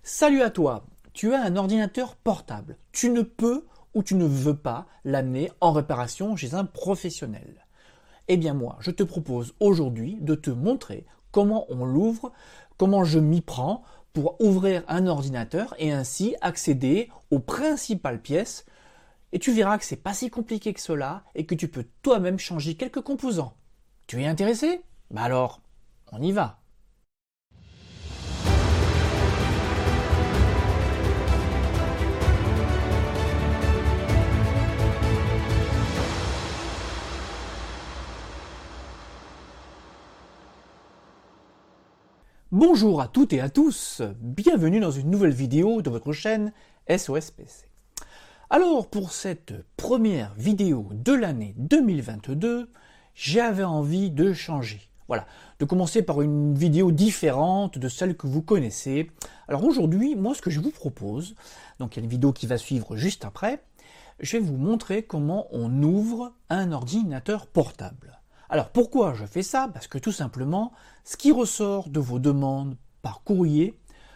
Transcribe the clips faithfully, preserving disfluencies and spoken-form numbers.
Salut à toi, tu as un ordinateur portable. Tu ne peux ou tu ne veux pas l'amener en réparation chez un professionnel. Eh bien moi, je te propose aujourd'hui de te montrer comment on l'ouvre, comment je m'y prends pour ouvrir un ordinateur et ainsi accéder aux principales pièces. Et tu verras que c'est pas si compliqué que cela et que tu peux toi-même changer quelques composants. Tu es intéressé? Bah alors, on y va. Bonjour à toutes et à tous, bienvenue dans une nouvelle vidéo de votre chaîne S O S P C. Alors pour cette première vidéo de l'année deux mille vingt-deux, j'avais envie de changer. Voilà, de commencer par une vidéo différente de celle que vous connaissez. Alors aujourd'hui, moi ce que je vous propose, donc il y a une vidéo qui va suivre juste après, je vais vous montrer comment on ouvre un ordinateur portable. Alors pourquoi je fais ça? Parce que tout simplement, ce qui ressort de vos demandes par courrier,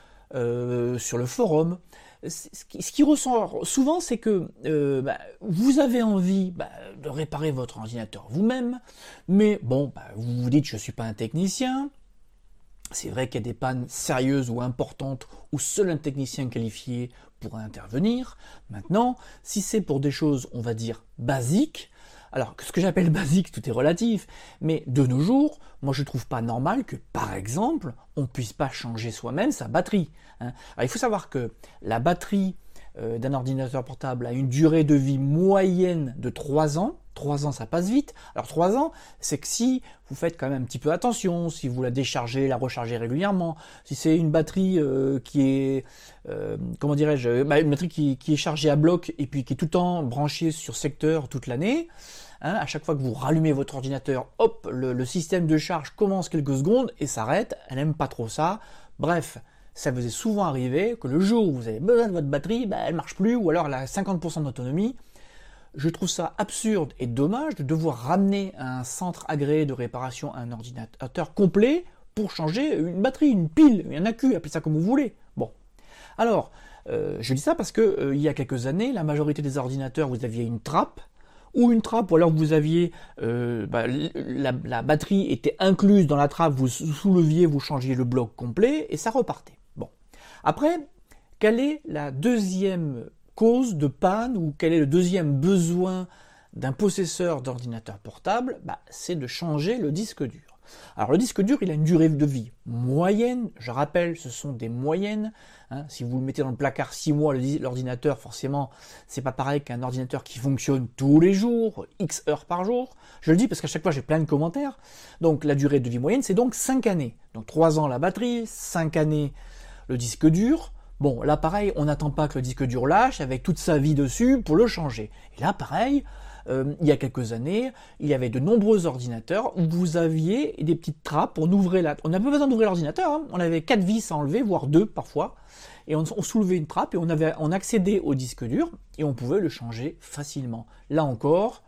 euh, sur le forum, ce qui, ce qui ressort souvent, c'est que euh, bah, vous avez envie bah, de réparer votre ordinateur vous-même, mais bon, bah, vous vous dites je ne suis pas un technicien. C'est vrai qu'il y a des pannes sérieuses ou importantes où seul un technicien qualifié pourrait intervenir. Maintenant, si c'est pour des choses, on va dire, basiques, alors, ce que j'appelle basique, tout est relatif, mais de nos jours, moi je trouve pas normal que, par exemple, on puisse pas changer soi-même sa batterie. Hein. Alors, il faut savoir que la batterie euh, d'un ordinateur portable a une durée de vie moyenne de trois ans. trois ans, ça passe vite. Alors trois ans, c'est que si vous faites quand même un petit peu attention, si vous la déchargez, la rechargez régulièrement, si c'est une batterie euh, qui est, euh, comment dirais-je, bah, une batterie qui, qui est chargée à bloc et puis qui est tout le temps branchée sur secteur toute l'année, hein, à chaque fois que vous rallumez votre ordinateur, hop, le, le système de charge commence quelques secondes et s'arrête, elle n'aime pas trop ça. Bref, ça vous est souvent arrivé que le jour où vous avez besoin de votre batterie, bah, elle marche plus ou alors elle a cinquante pour cent d'autonomie. Je trouve ça absurde et dommage de devoir ramener à un centre agréé de réparation un ordinateur complet pour changer une batterie, une pile, un accu, appelez ça comme vous voulez. Bon, alors, euh, je dis ça parce que euh, il y a quelques années, la majorité des ordinateurs, vous aviez une trappe, ou une trappe, ou alors vous aviez, euh, bah, la, la batterie était incluse dans la trappe, vous souleviez, vous changiez le bloc complet, et ça repartait. Bon, après, quelle est la deuxième cause de panne ou quel est le deuxième besoin d'un possesseur d'ordinateur portable? Bah, c'est de changer le disque dur. Alors le disque dur, il a une durée de vie moyenne, je rappelle, ce sont des moyennes. Hein. Si vous le mettez dans le placard six mois, l'ordinateur, forcément, c'est pas pareil qu'un ordinateur qui fonctionne tous les jours, X heures par jour. Je le dis parce qu'à chaque fois, j'ai plein de commentaires. Donc la durée de vie moyenne, c'est donc cinq années. Donc trois ans la batterie, cinq années le disque dur. Bon, là pareil, on n'attend pas que le disque dur lâche avec toute sa vie dessus pour le changer. Et là pareil, euh, il y a quelques années, il y avait de nombreux ordinateurs où vous aviez des petites trappes, on ouvrait la... On n'a pas besoin d'ouvrir l'ordinateur, hein. On avait quatre vis à enlever, voire deux parfois, et on, on soulevait une trappe et on, avait, on accédait au disque dur et on pouvait le changer facilement. Là encore,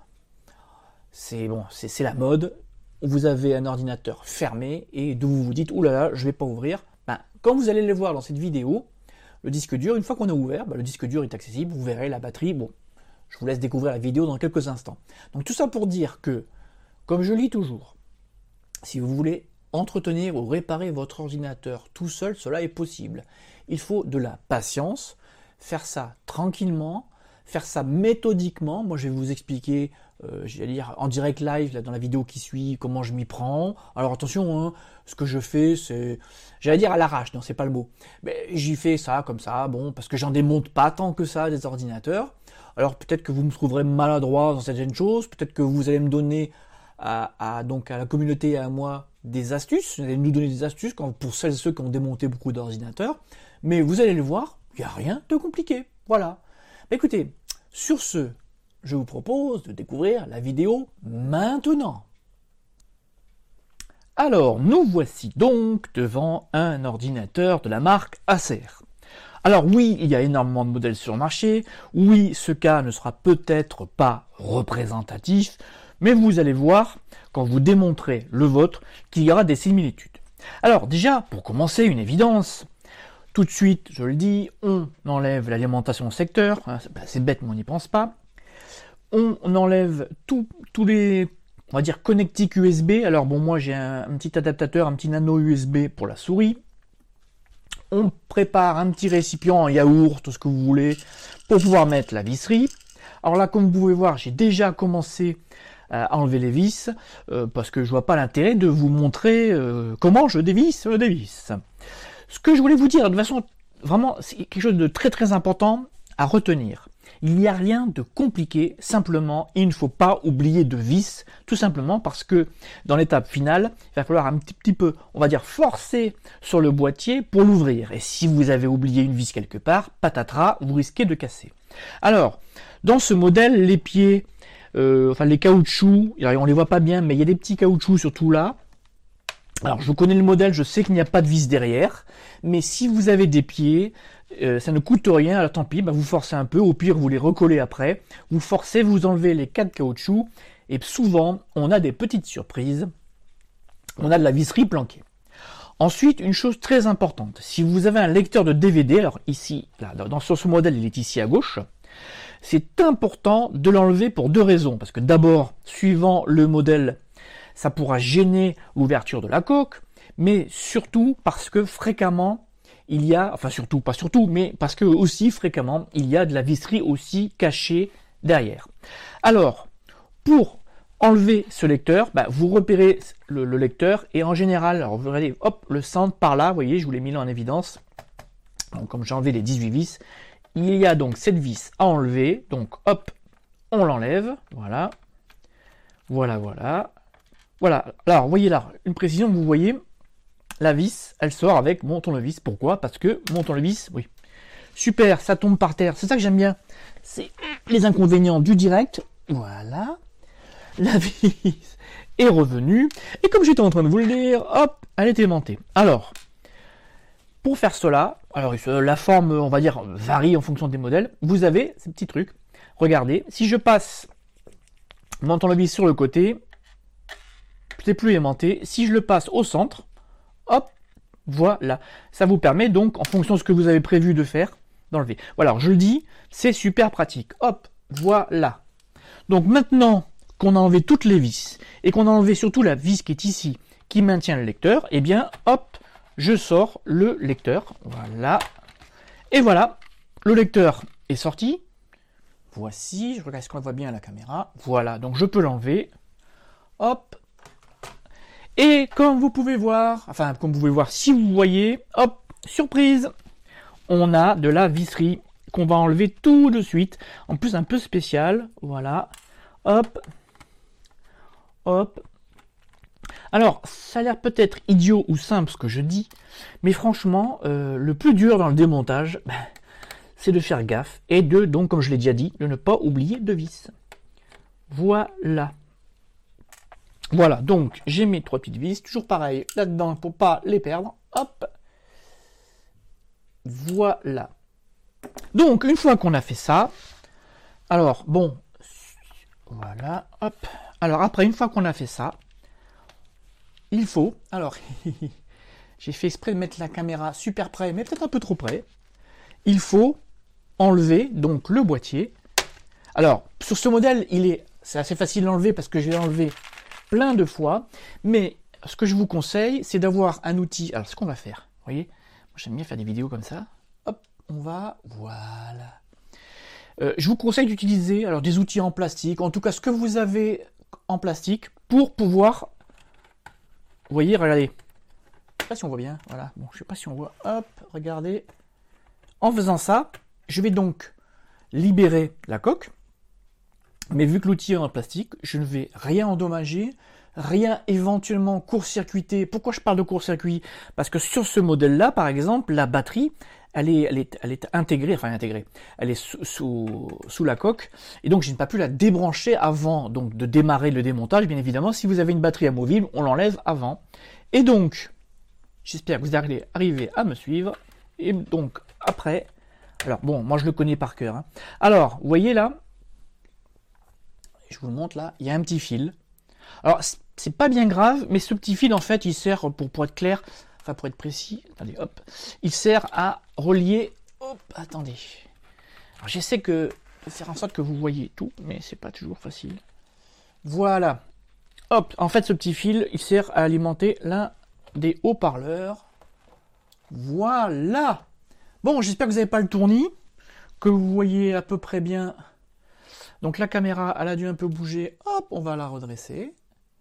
c'est bon, c'est la mode, vous avez un ordinateur fermé et d'où vous vous dites, oulala, je ne vais pas ouvrir. Ben, quand vous allez le voir dans cette vidéo, le disque dur, une fois qu'on a ouvert, bah, le disque dur est accessible, vous verrez la batterie, bon, je vous laisse découvrir la vidéo dans quelques instants. Donc tout ça pour dire que, comme je lis toujours, si vous voulez entretenir ou réparer votre ordinateur tout seul, cela est possible. Il faut de la patience, faire ça tranquillement, faire ça méthodiquement. Moi je vais vous expliquer, euh, j'allais dire en direct live là, dans la vidéo qui suit, comment je m'y prends. Alors attention, hein, ce que je fais c'est, j'allais dire à l'arrache, non c'est pas le mot, mais j'y fais ça comme ça, bon, parce que j'en démonte pas tant que ça des ordinateurs. Alors peut-être que vous me trouverez maladroit dans certaines choses, peut-être que vous allez me donner à, à, donc à la communauté et à moi des astuces, vous allez nous donner des astuces quand, pour celles et ceux qui ont démonté beaucoup d'ordinateurs, mais vous allez le voir, il n'y a rien de compliqué, voilà. Écoutez, sur ce, je vous propose de découvrir la vidéo maintenant. Alors, nous voici donc devant un ordinateur de la marque Acer. Alors oui, il y a énormément de modèles sur le marché, oui, ce cas ne sera peut-être pas représentatif, mais vous allez voir, quand vous démontrez le vôtre, qu'il y aura des similitudes. Alors déjà, pour commencer, une évidence, tout de suite, je le dis, on enlève l'alimentation au secteur, c'est bête mais on n'y pense pas. On enlève tous les, on va dire, connectiques U S B. Alors bon, moi j'ai un, un petit adaptateur, un petit nano U S B pour la souris. On prépare un petit récipient en yaourt, tout ce que vous voulez, pour pouvoir mettre la visserie. Alors là, comme vous pouvez voir, j'ai déjà commencé à enlever les vis, euh, parce que je vois pas l'intérêt de vous montrer euh, comment je dévisse des vis. Ce que je voulais vous dire, de façon vraiment, c'est quelque chose de très très important à retenir. Il n'y a rien de compliqué, simplement, il ne faut pas oublier de vis, tout simplement parce que dans l'étape finale, il va falloir un petit, petit peu, on va dire, forcer sur le boîtier pour l'ouvrir. Et si vous avez oublié une vis quelque part, patatras, vous risquez de casser. Alors, dans ce modèle, les pieds, euh, enfin les caoutchoucs, on les voit pas bien, mais il y a des petits caoutchoucs surtout là. Alors, je connais le modèle, je sais qu'il n'y a pas de vis derrière, mais si vous avez des pieds, euh, ça ne coûte rien, alors tant pis, bah vous forcez un peu, au pire vous les recollez après, vous forcez, vous enlevez les quatre caoutchoucs, et souvent, on a des petites surprises, on a de la visserie planquée. Ensuite, une chose très importante, si vous avez un lecteur de D V D, alors ici, là, dans, sur ce modèle, il est ici à gauche, c'est important de l'enlever pour deux raisons, parce que d'abord, suivant le modèle, ça pourra gêner l'ouverture de la coque, mais surtout parce que fréquemment, il y a, enfin surtout, pas surtout, mais parce que aussi fréquemment, il y a de la visserie aussi cachée derrière. Alors, pour enlever ce lecteur, bah, vous repérez le, le lecteur, et en général, alors vous regardez, hop, le centre par là, vous voyez, je vous l'ai mis là en évidence, donc comme j'ai enlevé les dix-huit vis, il y a donc cette vis à enlever, donc hop, on l'enlève, voilà, voilà, voilà. Voilà, alors, vous voyez là, une précision, vous voyez, la vis, elle sort avec mon tournevis. Pourquoi? Parce que mon tournevis, oui, super, ça tombe par terre. C'est ça que j'aime bien. C'est les inconvénients du direct. Voilà, la vis est revenue. Et comme j'étais en train de vous le dire, hop, elle est aimantée. Alors, pour faire cela, alors la forme, on va dire, varie en fonction des modèles. Vous avez ces petits trucs. Regardez, si je passe mon tournevis sur le côté, c'est plus aimanté. Si je le passe au centre, hop, voilà. Ça vous permet donc, en fonction de ce que vous avez prévu de faire, d'enlever. Voilà, alors je le dis, c'est super pratique. Hop, voilà. Donc maintenant qu'on a enlevé toutes les vis, et qu'on a enlevé surtout la vis qui est ici, qui maintient le lecteur, eh bien, hop, je sors le lecteur. Voilà. Et voilà, le lecteur est sorti. Voici, je regarde ce qu'on voit bien à la caméra. Voilà, donc je peux l'enlever. Hop. Et comme vous pouvez voir, enfin comme vous pouvez voir, si vous voyez, hop, surprise, on a de la visserie qu'on va enlever tout de suite, en plus un peu spécial, voilà, hop, hop. Alors, ça a l'air peut-être idiot ou simple ce que je dis, mais franchement, euh, le plus dur dans le démontage, ben, c'est de faire gaffe, et de, donc comme je l'ai déjà dit, de ne pas oublier de vis. Voilà. Voilà, donc j'ai mes trois petites vis, toujours pareil, là-dedans pour pas les perdre, hop, voilà. Donc, une fois qu'on a fait ça, alors, bon, voilà, hop, alors après, une fois qu'on a fait ça, il faut, alors, j'ai fait exprès de mettre la caméra super près, mais peut-être un peu trop près, il faut enlever, donc, le boîtier. Alors, sur ce modèle, il est, c'est assez facile d'enlever parce que je l'ai enlevé plein de fois, mais ce que je vous conseille, c'est d'avoir un outil. Alors, ce qu'on va faire, vous voyez, moi j'aime bien faire des vidéos comme ça. Hop, on va, voilà. Euh, je vous conseille d'utiliser alors des outils en plastique, en tout cas ce que vous avez en plastique, pour pouvoir, vous voyez, regardez. Je sais pas si on voit bien, voilà. Bon, je sais pas si on voit. Hop, regardez. En faisant ça, je vais donc libérer la coque. Mais vu que l'outil est en plastique, je ne vais rien endommager, rien éventuellement court-circuiter. Pourquoi je parle de court-circuit? Parce que sur ce modèle-là, par exemple, la batterie, elle est, elle est, elle est intégrée, enfin intégrée, elle est sous, sous, sous la coque, et donc je n'ai pas pu la débrancher avant donc de démarrer le démontage. Bien évidemment, si vous avez une batterie amovible, on l'enlève avant. Et donc, j'espère que vous allez arriver à me suivre. Et donc, après, alors bon, moi je le connais par cœur. Hein. Alors, vous voyez là, je vous le montre là, il y a un petit fil. Alors, c'est pas bien grave, mais ce petit fil, en fait, il sert, pour, pour être clair, enfin pour être précis, attendez, hop, il sert à relier, hop, attendez. Alors j'essaie que de faire en sorte que vous voyez tout, mais c'est pas toujours facile. Voilà. Hop, en fait ce petit fil, il sert à alimenter l'un des haut-parleurs. Voilà. Bon, j'espère que vous n'avez pas le tournis, que vous voyez à peu près bien. Donc la caméra, elle a dû un peu bouger. Hop, on va la redresser.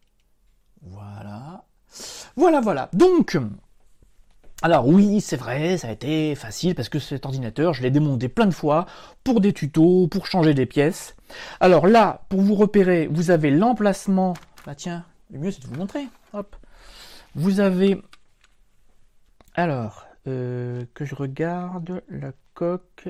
Voilà. Voilà, voilà. Donc, alors oui, c'est vrai, ça a été facile parce que cet ordinateur, je l'ai démonté plein de fois pour des tutos, pour changer des pièces. Alors là, pour vous repérer, vous avez l'emplacement. Bah tiens, le mieux c'est de vous montrer. Hop. Vous avez... Alors, euh, que je regarde la coque.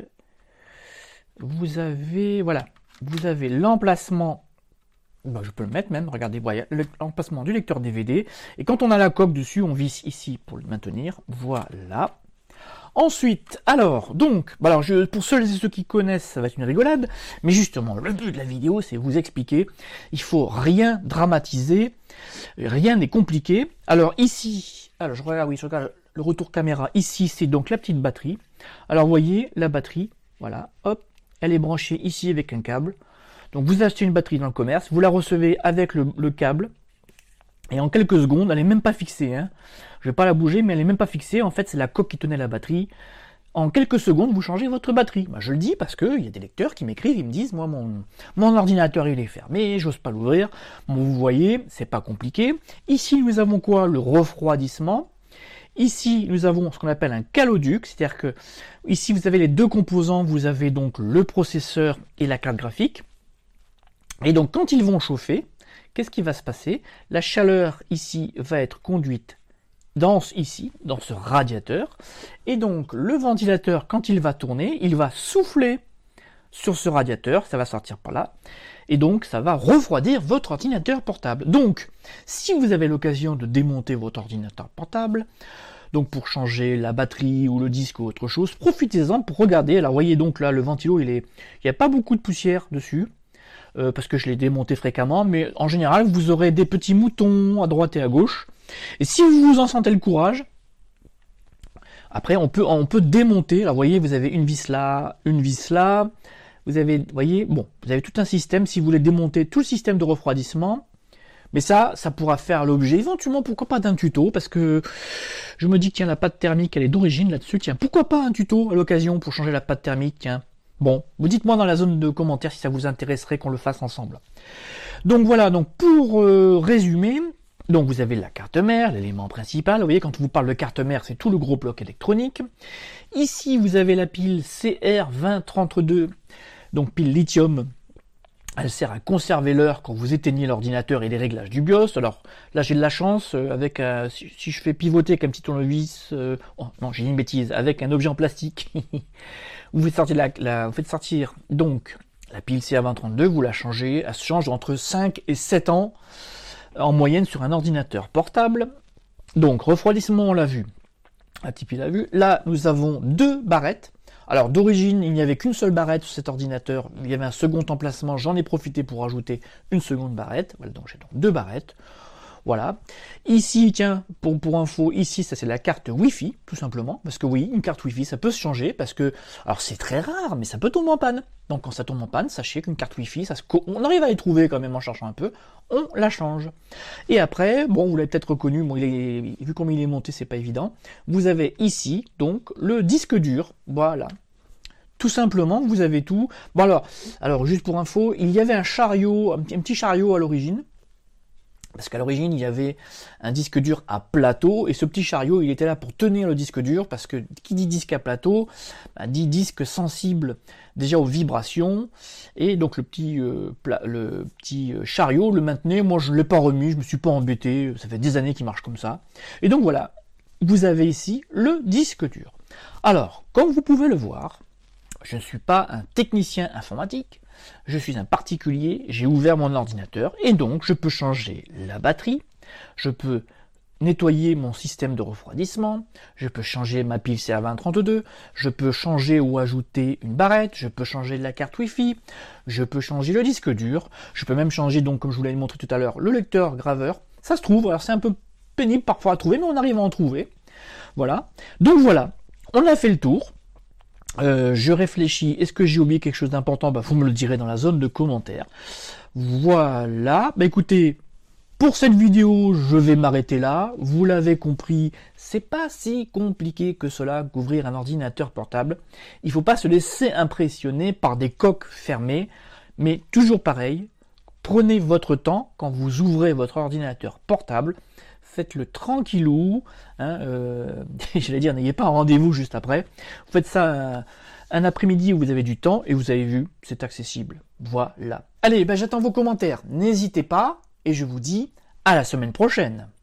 Vous avez... Voilà. Vous avez l'emplacement... Ben, je peux le mettre même, regardez, voilà, l'emplacement du lecteur D V D. Et quand on a la coque dessus, on visse ici pour le maintenir. Voilà. Ensuite, alors, donc, ben alors je, pour ceux et ceux qui connaissent, ça va être une rigolade. Mais justement, le but de la vidéo, c'est vous expliquer. Il faut rien dramatiser. Rien n'est compliqué. Alors ici, alors je regarde, oui, je regarde le retour caméra. Ici, c'est donc la petite batterie. Alors, vous voyez, la batterie, voilà, hop, elle est branchée ici avec un câble. Donc vous achetez une batterie dans le commerce, vous la recevez avec le, le câble, et en quelques secondes, elle n'est même pas fixée. Hein. Je ne vais pas la bouger, mais elle n'est même pas fixée. En fait, c'est la coque qui tenait la batterie. En quelques secondes, vous changez votre batterie. Bah, je le dis parce qu'il y a des lecteurs qui m'écrivent, ils me disent, moi, mon, mon ordinateur, il est fermé, j'ose pas l'ouvrir. Bon, vous voyez, c'est pas compliqué. Ici, nous avons quoi? Le refroidissement. Ici, nous avons ce qu'on appelle un caloduc, c'est-à-dire que ici, vous avez les deux composants, vous avez donc le processeur et la carte graphique. Et donc, quand ils vont chauffer, qu'est-ce qui va se passer? La chaleur ici va être conduite dans ici, dans ce radiateur. Et donc, le ventilateur, quand il va tourner, il va souffler sur ce radiateur, ça va sortir par là. Et donc, ça va refroidir votre ordinateur portable. Donc, si vous avez l'occasion de démonter votre ordinateur portable, donc pour changer la batterie ou le disque ou autre chose, profitez-en pour regarder. Alors, vous voyez donc là, le ventilo, il est, il n'y a pas beaucoup de poussière dessus. Euh, parce que je l'ai démonté fréquemment, mais en général, vous aurez des petits moutons à droite et à gauche. Et si vous en sentez le courage, après, on peut, on peut démonter. Là, vous voyez, vous avez une vis là, une vis là. Vous avez, vous voyez, bon, vous avez tout un système. Si vous voulez démonter tout le système de refroidissement, mais ça, ça pourra faire l'objet éventuellement, pourquoi pas d'un tuto, parce que je me dis que tiens, la pâte thermique, elle est d'origine là-dessus. Tiens, pourquoi pas un tuto à l'occasion pour changer la pâte thermique, tiens. Bon, vous dites-moi dans la zone de commentaires si ça vous intéresserait qu'on le fasse ensemble. Donc voilà, donc pour euh, résumer, donc vous avez la carte mère, l'élément principal. Vous voyez, quand on vous parle de carte mère, c'est tout le gros bloc électronique. Ici, vous avez la pile C R vingt trente-deux, donc pile lithium. Elle sert à conserver l'heure quand vous éteignez l'ordinateur et les réglages du BIOS. Alors là, j'ai de la chance, euh, avec un, si, si je fais pivoter avec un petit tournevis, euh, oh, non, j'ai une bêtise, avec un objet en plastique. Vous faites sortir, la, la, vous faites sortir donc la pile C R vingt trente-deux, vous la changez, elle se change entre cinq et sept ans en moyenne sur un ordinateur portable. Donc refroidissement, on l'a vu, la Tipeee l'a vu. Là, nous avons deux barrettes. Alors d'origine, il n'y avait qu'une seule barrette sur cet ordinateur, il y avait un second emplacement, j'en ai profité pour ajouter une seconde barrette. Voilà, donc j'ai donc deux barrettes. Voilà. Ici, tiens, pour, pour info, ici, ça c'est la carte Wi-Fi, tout simplement. Parce que oui, une carte Wi-Fi, ça peut se changer, parce que, alors c'est très rare, mais ça peut tomber en panne. Donc quand ça tombe en panne, sachez qu'une carte Wi-Fi, ça se, on arrive à les trouver quand même en cherchant un peu, on la change. Et après, bon, vous l'avez peut-être reconnu, bon, il est, vu comme il est monté, c'est pas évident. Vous avez ici, donc, le disque dur, voilà. Tout simplement, vous avez tout. Bon alors, alors juste pour info, il y avait un chariot, un petit chariot à l'origine. Parce qu'à l'origine, il y avait un disque dur à plateau, et ce petit chariot, il était là pour tenir le disque dur, parce que qui dit disque à plateau, bah, dit disque sensible déjà aux vibrations, et donc le petit, euh, le petit chariot le maintenait. Moi, je ne l'ai pas remis, je me suis pas embêté, ça fait des années qu'il marche comme ça. Et donc voilà, vous avez ici le disque dur. Alors, comme vous pouvez le voir, je ne suis pas un technicien informatique, je suis un particulier, j'ai ouvert mon ordinateur et donc je peux changer la batterie, je peux nettoyer mon système de refroidissement, je peux changer ma pile C R vingt trente-deux, je peux changer ou ajouter une barrette, je peux changer la carte Wi-Fi, je peux changer le disque dur, je peux même changer, donc comme je vous l'avais montré tout à l'heure, le lecteur graveur. Ça se trouve, alors c'est un peu pénible parfois à trouver, mais on arrive à en trouver. Voilà. Donc voilà, on a fait le tour. Euh, je réfléchis, est-ce que j'ai oublié quelque chose d'important? Bah, vous me le direz dans la zone de commentaires. Voilà. Bah écoutez, pour cette vidéo, je vais m'arrêter là. Vous l'avez compris, c'est pas si compliqué que cela qu'ouvrir un ordinateur portable. Il faut pas se laisser impressionner par des coques fermées, mais toujours pareil, prenez votre temps quand vous ouvrez votre ordinateur portable. Faites-le tranquillou, hein, euh, j'allais dire, n'ayez pas un rendez-vous juste après. Vous faites ça un, un après-midi où vous avez du temps et vous avez vu, c'est accessible. Voilà. Allez, ben j'attends vos commentaires, n'hésitez pas et je vous dis à la semaine prochaine.